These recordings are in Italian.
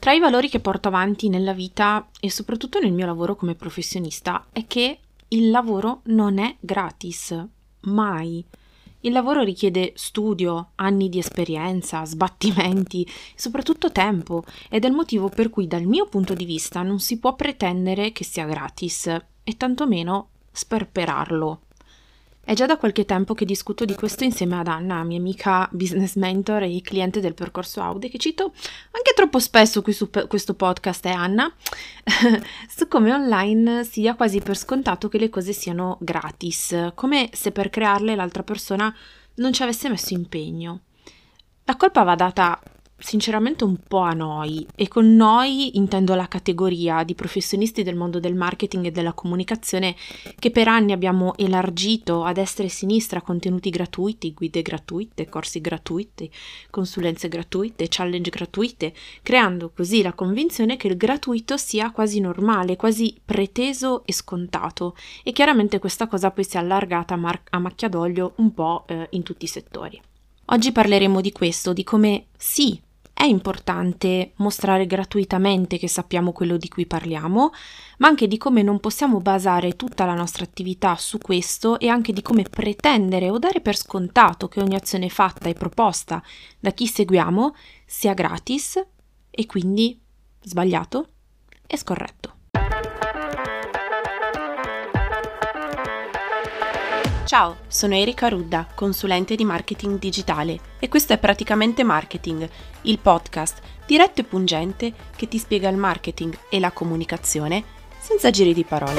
Tra i valori che porto avanti nella vita e soprattutto nel mio lavoro come professionista è che il lavoro non è gratis, mai. Il lavoro richiede studio, anni di esperienza, sbattimenti e soprattutto tempo ed è il motivo per cui dal mio punto di vista non si può pretendere che sia gratis e tantomeno sperperarlo. È già da qualche tempo che discuto di questo insieme ad Anna, mia amica business mentor e cliente del percorso Aude, che cito anche troppo spesso qui su questo podcast, è Anna, su come online si dia quasi per scontato che le cose siano gratis, come se per crearle l'altra persona non ci avesse messo impegno. La colpa va data sinceramente un po' a noi, e con noi intendo la categoria di professionisti del mondo del marketing e della comunicazione che per anni abbiamo elargito a destra e a sinistra contenuti gratuiti, guide gratuite, corsi gratuiti, consulenze gratuite, challenge gratuite, creando così la convinzione che il gratuito sia quasi normale, quasi preteso e scontato, e chiaramente questa cosa poi si è allargata a macchia d'olio un po' in tutti i settori. Oggi parleremo di questo, di come sì, è importante mostrare gratuitamente che sappiamo quello di cui parliamo, ma anche di come non possiamo basare tutta la nostra attività su questo e anche di come pretendere o dare per scontato che ogni azione fatta e proposta da chi seguiamo sia gratis e quindi sbagliato e scorretto. Ciao, sono Erika Rudda, consulente di marketing digitale e questo è Praticamente Marketing, il podcast diretto e pungente che ti spiega il marketing e la comunicazione senza giri di parole.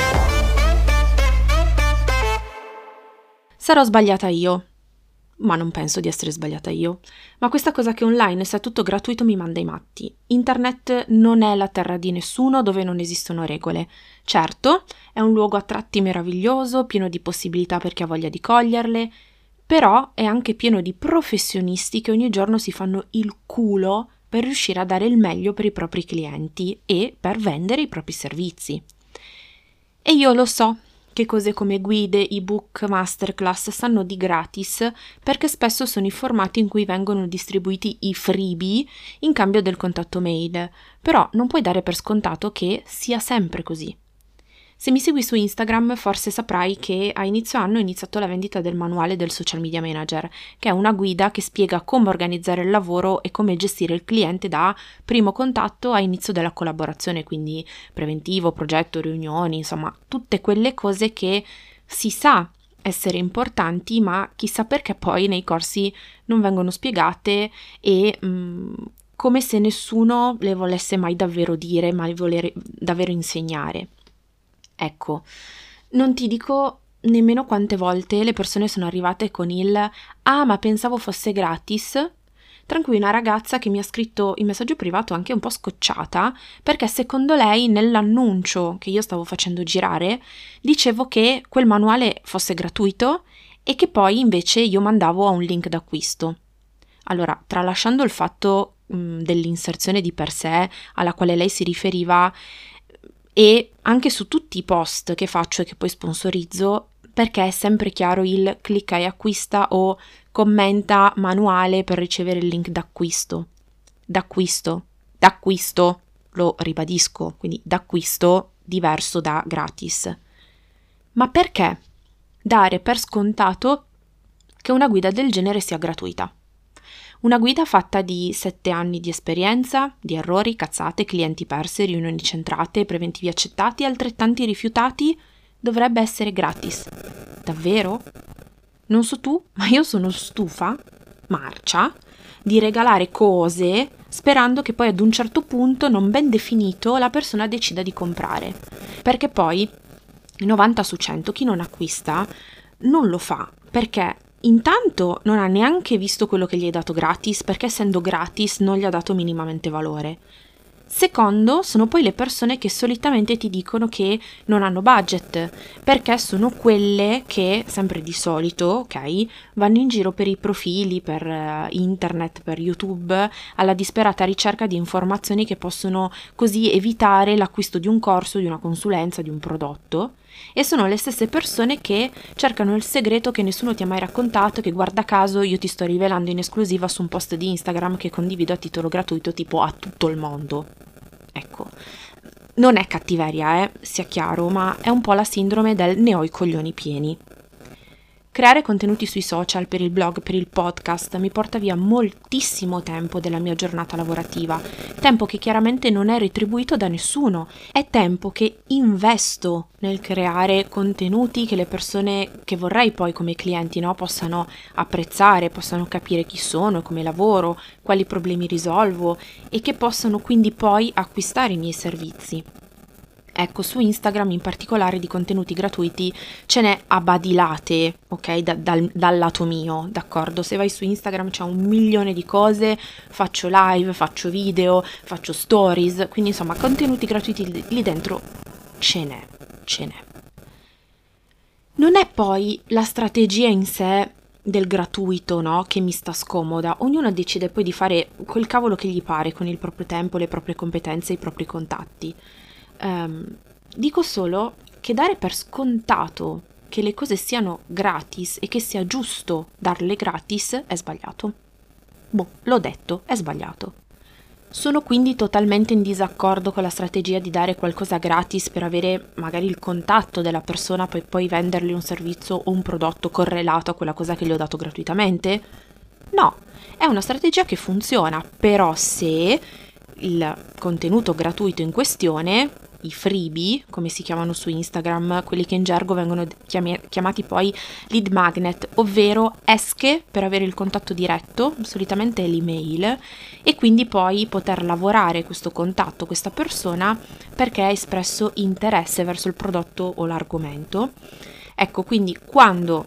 Sarò sbagliata io, ma non penso di essere sbagliata io, ma questa cosa che online sia tutto gratuito mi manda i matti. Internet non è la terra di nessuno dove non esistono regole. Certo, è un luogo a tratti meraviglioso, pieno di possibilità per chi ha voglia di coglierle, però è anche pieno di professionisti che ogni giorno si fanno il culo per riuscire a dare il meglio per i propri clienti e per vendere i propri servizi. E io lo so che cose come guide, ebook, masterclass stanno di gratis perché spesso sono i formati in cui vengono distribuiti i freebie in cambio del contatto mail, però non puoi dare per scontato che sia sempre così. Se mi segui su Instagram forse saprai che a inizio anno ho iniziato la vendita del manuale del social media manager, che è una guida che spiega come organizzare il lavoro e come gestire il cliente da primo contatto a inizio della collaborazione, quindi preventivo, progetto, riunioni, insomma tutte quelle cose che si sa essere importanti, ma chissà perché poi nei corsi non vengono spiegate e come se nessuno le volesse mai davvero dire, mai voler davvero insegnare. Ecco, non ti dico nemmeno quante volte le persone sono arrivate con il «Ah, ma pensavo fosse gratis», tra cui una ragazza che mi ha scritto in messaggio privato anche un po' scocciata, perché secondo lei nell'annuncio che io stavo facendo girare dicevo che quel manuale fosse gratuito e che poi invece io mandavo a un link d'acquisto. Allora, tralasciando il fatto dell'inserzione di per sé alla quale lei si riferiva, e anche su tutti i post che faccio e che poi sponsorizzo, perché è sempre chiaro il clicca e acquista o commenta manuale per ricevere il link d'acquisto, lo ribadisco, quindi d'acquisto diverso da gratis. Ma perché dare per scontato che una guida del genere sia gratuita? Una guida fatta di 7 anni di esperienza, di errori, cazzate, clienti persi, riunioni centrate, preventivi accettati e altrettanti rifiutati dovrebbe essere gratis. Davvero? Non so tu, ma io sono stufa, marcia, di regalare cose sperando che poi ad un certo punto, non ben definito, la persona decida di comprare. Perché poi, 90 su 100, chi non acquista non lo fa, perché intanto non ha neanche visto quello che gli hai dato gratis, perché essendo gratis non gli ha dato minimamente valore. Secondo, sono poi le persone che solitamente ti dicono che non hanno budget, perché sono quelle che, sempre di solito, ok, vanno in giro per i profili, per internet, per YouTube, alla disperata ricerca di informazioni che possono così evitare l'acquisto di un corso, di una consulenza, di un prodotto. E sono le stesse persone che cercano il segreto che nessuno ti ha mai raccontato, che guarda caso io ti sto rivelando in esclusiva su un post di Instagram che condivido a titolo gratuito tipo a tutto il mondo. Non è cattiveria, sia chiaro, ma è un po' la sindrome del ne ho i coglioni pieni. Creare contenuti sui social, per il blog, per il podcast, mi porta via moltissimo tempo della mia giornata lavorativa, tempo che chiaramente non è retribuito da nessuno, è tempo che investo nel creare contenuti che le persone che vorrei poi come clienti, no, possano apprezzare, possano capire chi sono, come lavoro, quali problemi risolvo e che possano quindi poi acquistare i miei servizi. Ecco, su Instagram in particolare di contenuti gratuiti ce n'è a badilate, ok? Dal lato mio, d'accordo? Se vai su Instagram c'è 1.000.000 di cose, faccio live, faccio video, faccio stories, quindi insomma contenuti gratuiti lì dentro ce n'è. Non è poi la strategia in sé del gratuito, no? Che mi sta scomoda. Ognuno decide poi di fare quel cavolo che gli pare con il proprio tempo, le proprie competenze, i propri contatti. Dico solo che dare per scontato che le cose siano gratis e che sia giusto darle gratis è sbagliato. L'ho detto, è sbagliato. Sono quindi totalmente in disaccordo con la strategia di dare qualcosa gratis per avere magari il contatto della persona per poi vendergli un servizio o un prodotto correlato a quella cosa che gli ho dato gratuitamente. No, è una strategia che funziona, però se il contenuto gratuito in questione, i freebie, come si chiamano su Instagram, quelli che in gergo vengono chiamati poi lead magnet, ovvero esche per avere il contatto diretto, solitamente è l'email, e quindi poi poter lavorare questo contatto, questa persona, perché ha espresso interesse verso il prodotto o l'argomento. Ecco, quindi quando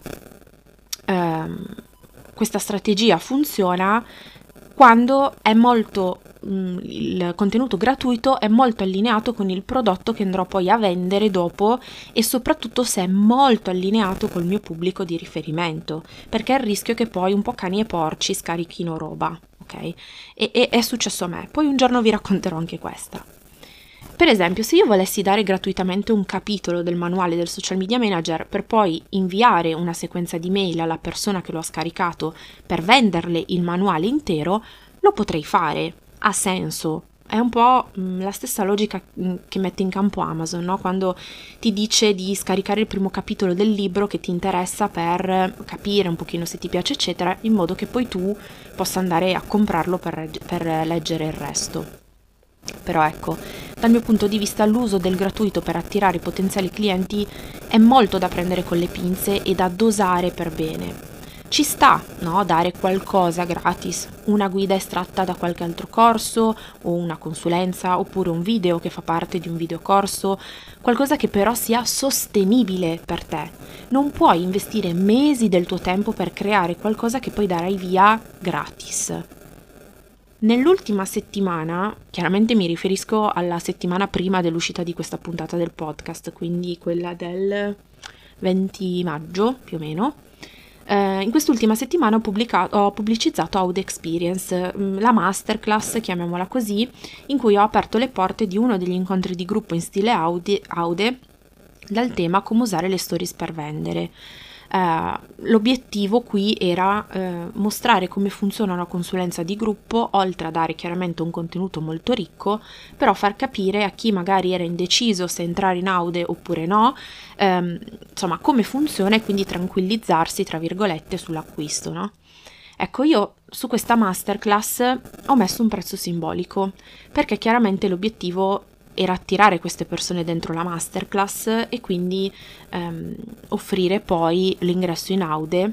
questa strategia funziona, quando è molto il contenuto gratuito è molto allineato con il prodotto che andrò poi a vendere dopo e soprattutto se è molto allineato col mio pubblico di riferimento, perché è il rischio che poi un po' cani e porci scarichino roba, ok? E è successo a me, poi un giorno vi racconterò anche questa. Per esempio, se io volessi dare gratuitamente un capitolo del manuale del social media manager per poi inviare una sequenza di mail alla persona che lo ha scaricato per venderle il manuale intero, lo potrei fare. Ha senso. È un po' la stessa logica che mette in campo Amazon, no? Quando ti dice di scaricare il primo capitolo del libro che ti interessa per capire un pochino se ti piace, eccetera, in modo che poi tu possa andare a comprarlo per leggere il resto. Però ecco, dal mio punto di vista l'uso del gratuito per attirare potenziali clienti è molto da prendere con le pinze e da dosare per bene. Ci sta, no? Dare qualcosa gratis, una guida estratta da qualche altro corso o una consulenza oppure un video che fa parte di un videocorso, qualcosa che però sia sostenibile per te. Non puoi investire mesi del tuo tempo per creare qualcosa che poi darai via gratis. Nell'ultima settimana, chiaramente mi riferisco alla settimana prima dell'uscita di questa puntata del podcast, quindi quella del 20 maggio più o meno, in quest'ultima settimana ho pubblicizzato Aude Experience, la masterclass, chiamiamola così, in cui ho aperto le porte di uno degli incontri di gruppo in stile Aude dal tema come usare le stories per vendere. L'obiettivo qui era mostrare come funziona una consulenza di gruppo, oltre a dare chiaramente un contenuto molto ricco, però far capire a chi magari era indeciso se entrare in Aude oppure no, insomma come funziona e quindi tranquillizzarsi tra virgolette sull'acquisto, no? Ecco, io su questa masterclass ho messo un prezzo simbolico perché chiaramente l'obiettivo era attirare queste persone dentro la masterclass e quindi offrire poi l'ingresso in Aude,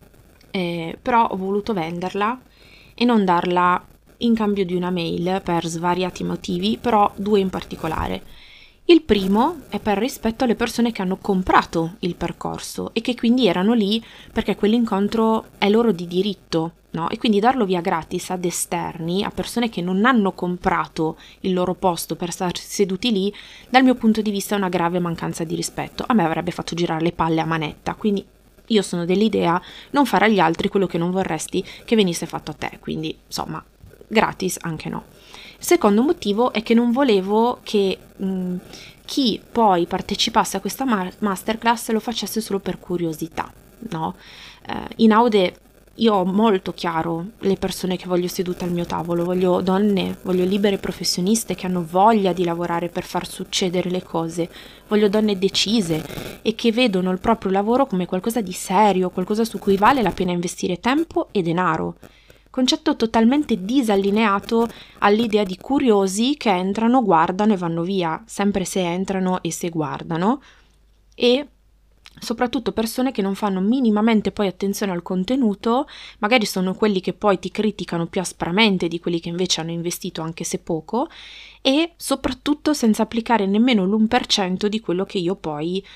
però ho voluto venderla e non darla in cambio di una mail per svariati motivi, però due in particolare. Il primo è per rispetto alle persone che hanno comprato il percorso e che quindi erano lì perché quell'incontro è loro di diritto, no? E quindi darlo via gratis ad esterni, a persone che non hanno comprato il loro posto per stare seduti lì, dal mio punto di vista è una grave mancanza di rispetto. A me avrebbe fatto girare le palle a manetta, quindi io sono dell'idea non fare agli altri quello che non vorresti che venisse fatto a te, quindi insomma gratis anche no. Il secondo motivo è che non volevo che chi poi partecipasse a questa masterclass lo facesse solo per curiosità, no? In Aude io ho molto chiaro le persone che voglio sedute al mio tavolo, voglio donne, voglio libere professioniste che hanno voglia di lavorare per far succedere le cose, voglio donne decise e che vedono il proprio lavoro come qualcosa di serio, qualcosa su cui vale la pena investire tempo e denaro. Concetto totalmente disallineato all'idea di curiosi che entrano, guardano e vanno via, sempre se entrano e se guardano, e soprattutto persone che non fanno minimamente poi attenzione al contenuto, magari sono quelli che poi ti criticano più aspramente di quelli che invece hanno investito anche se poco, e soprattutto senza applicare nemmeno l'1% di quello che io poi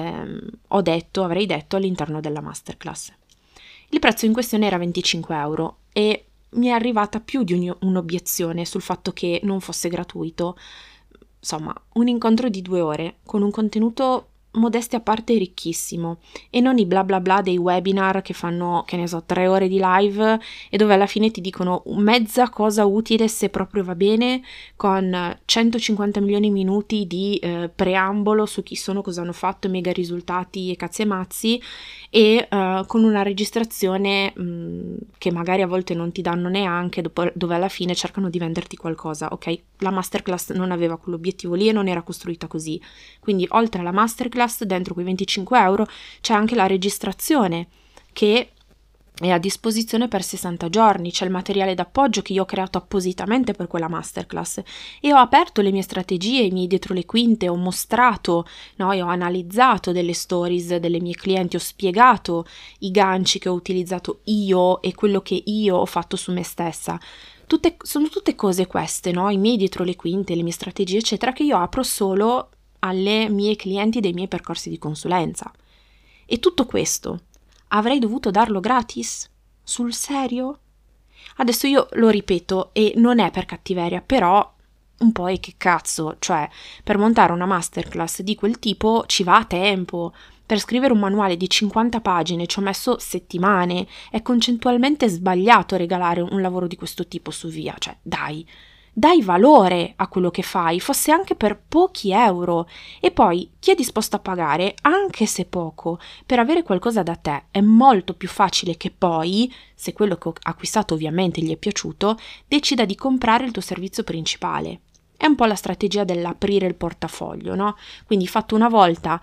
avrei detto all'interno della masterclass. Il prezzo in questione era 25 euro e mi è arrivata più di un'obiezione sul fatto che non fosse gratuito. Insomma, un incontro di 2 ore con un contenuto modestia a parte ricchissimo e non i bla bla bla dei webinar che fanno, che ne so, 3 ore di live e dove alla fine ti dicono mezza cosa utile se proprio va bene, con 150 milioni di minuti di preambolo su chi sono, cosa hanno fatto, mega risultati e cazzi e mazzi, e con una registrazione che magari a volte non ti danno neanche, dove alla fine cercano di venderti qualcosa. Ok, la masterclass non aveva quell'obiettivo lì e non era costruita così, quindi oltre alla masterclass dentro quei 25 euro c'è anche la registrazione che è a disposizione per 60 giorni, c'è il materiale d'appoggio che io ho creato appositamente per quella masterclass e ho aperto le mie strategie, i miei dietro le quinte, ho mostrato, no, e ho analizzato delle stories delle mie clienti, ho spiegato i ganci che ho utilizzato io e quello che io ho fatto su me stessa. Sono tutte cose queste, no? I miei dietro le quinte, le mie strategie, eccetera, che io apro solo alle mie clienti dei miei percorsi di consulenza. E tutto questo avrei dovuto darlo gratis? Sul serio? Adesso io lo ripeto e non è per cattiveria, però un po' e che cazzo, cioè per montare una masterclass di quel tipo ci va tempo. Per scrivere un manuale di 50 pagine ci ho messo settimane. È concettualmente sbagliato regalare un lavoro di questo tipo su via, cioè dai valore a quello che fai, fosse anche per pochi euro. E poi chi è disposto a pagare, anche se poco, per avere qualcosa da te è molto più facile che poi, se quello che ho acquistato ovviamente gli è piaciuto, decida di comprare il tuo servizio principale. È un po' la strategia dell'aprire il portafoglio, no? Quindi fatto una volta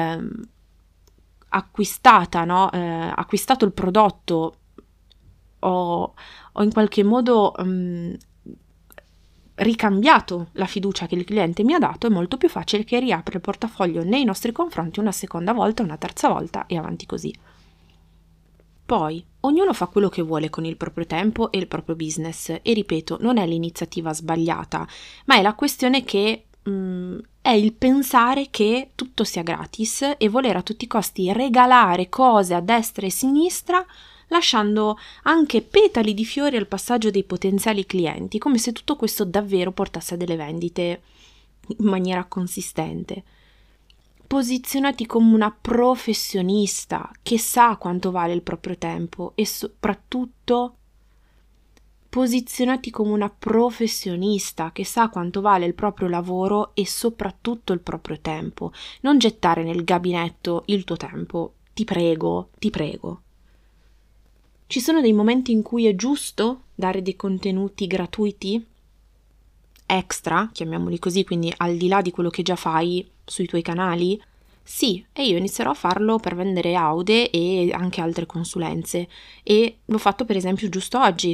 acquistato il prodotto, ho in qualche modo ricambiato la fiducia che il cliente mi ha dato, è molto più facile che riapra il portafoglio nei nostri confronti una seconda volta, una terza volta e avanti così. Poi, ognuno fa quello che vuole con il proprio tempo e il proprio business e ripeto, non è l'iniziativa sbagliata, ma è la questione che è il pensare che tutto sia gratis e voler a tutti i costi regalare cose a destra e a sinistra, lasciando anche petali di fiori al passaggio dei potenziali clienti, come se tutto questo davvero portasse a delle vendite in maniera consistente. Posizionati come una professionista che sa quanto vale il proprio tempo e soprattutto posizionati come una professionista che sa quanto vale il proprio lavoro e soprattutto il proprio tempo. Non gettare nel gabinetto il tuo tempo, ti prego, ti prego. Ci sono dei momenti in cui è giusto dare dei contenuti gratuiti, extra, chiamiamoli così, quindi al di là di quello che già fai sui tuoi canali? Sì, e io inizierò a farlo per vendere Aude e anche altre consulenze e l'ho fatto per esempio giusto oggi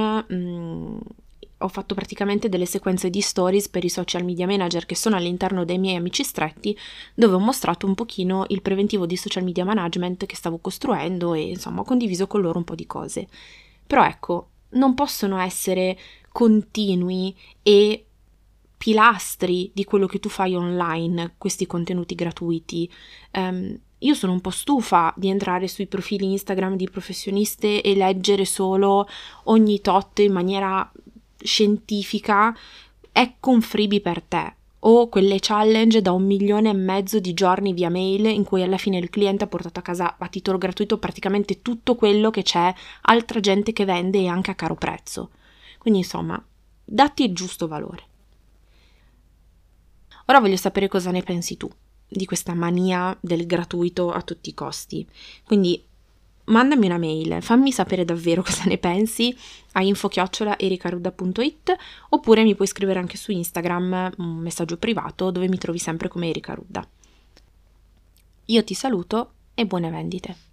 ho fatto praticamente delle sequenze di stories per i social media manager che sono all'interno dei miei amici stretti, dove ho mostrato un pochino il preventivo di social media management che stavo costruendo e insomma ho condiviso con loro un po' di cose. Però ecco, non possono essere continui e pilastri di quello che tu fai online, questi contenuti gratuiti. Io sono un po' stufa di entrare sui profili Instagram di professioniste e leggere solo ogni tot in maniera scientifica ecco un freebie per te o quelle challenge da 1,5 milioni di giorni via mail in cui alla fine il cliente ha portato a casa a titolo gratuito praticamente tutto quello che c'è altra gente che vende e anche a caro prezzo. Quindi insomma, datti il giusto valore. Ora voglio sapere cosa ne pensi tu di questa mania del gratuito a tutti i costi. Quindi mandami una mail, fammi sapere davvero cosa ne pensi a info@ericarudda.it, oppure mi puoi scrivere anche su Instagram un messaggio privato dove mi trovi sempre come Erica Rudda. Io ti saluto e buone vendite.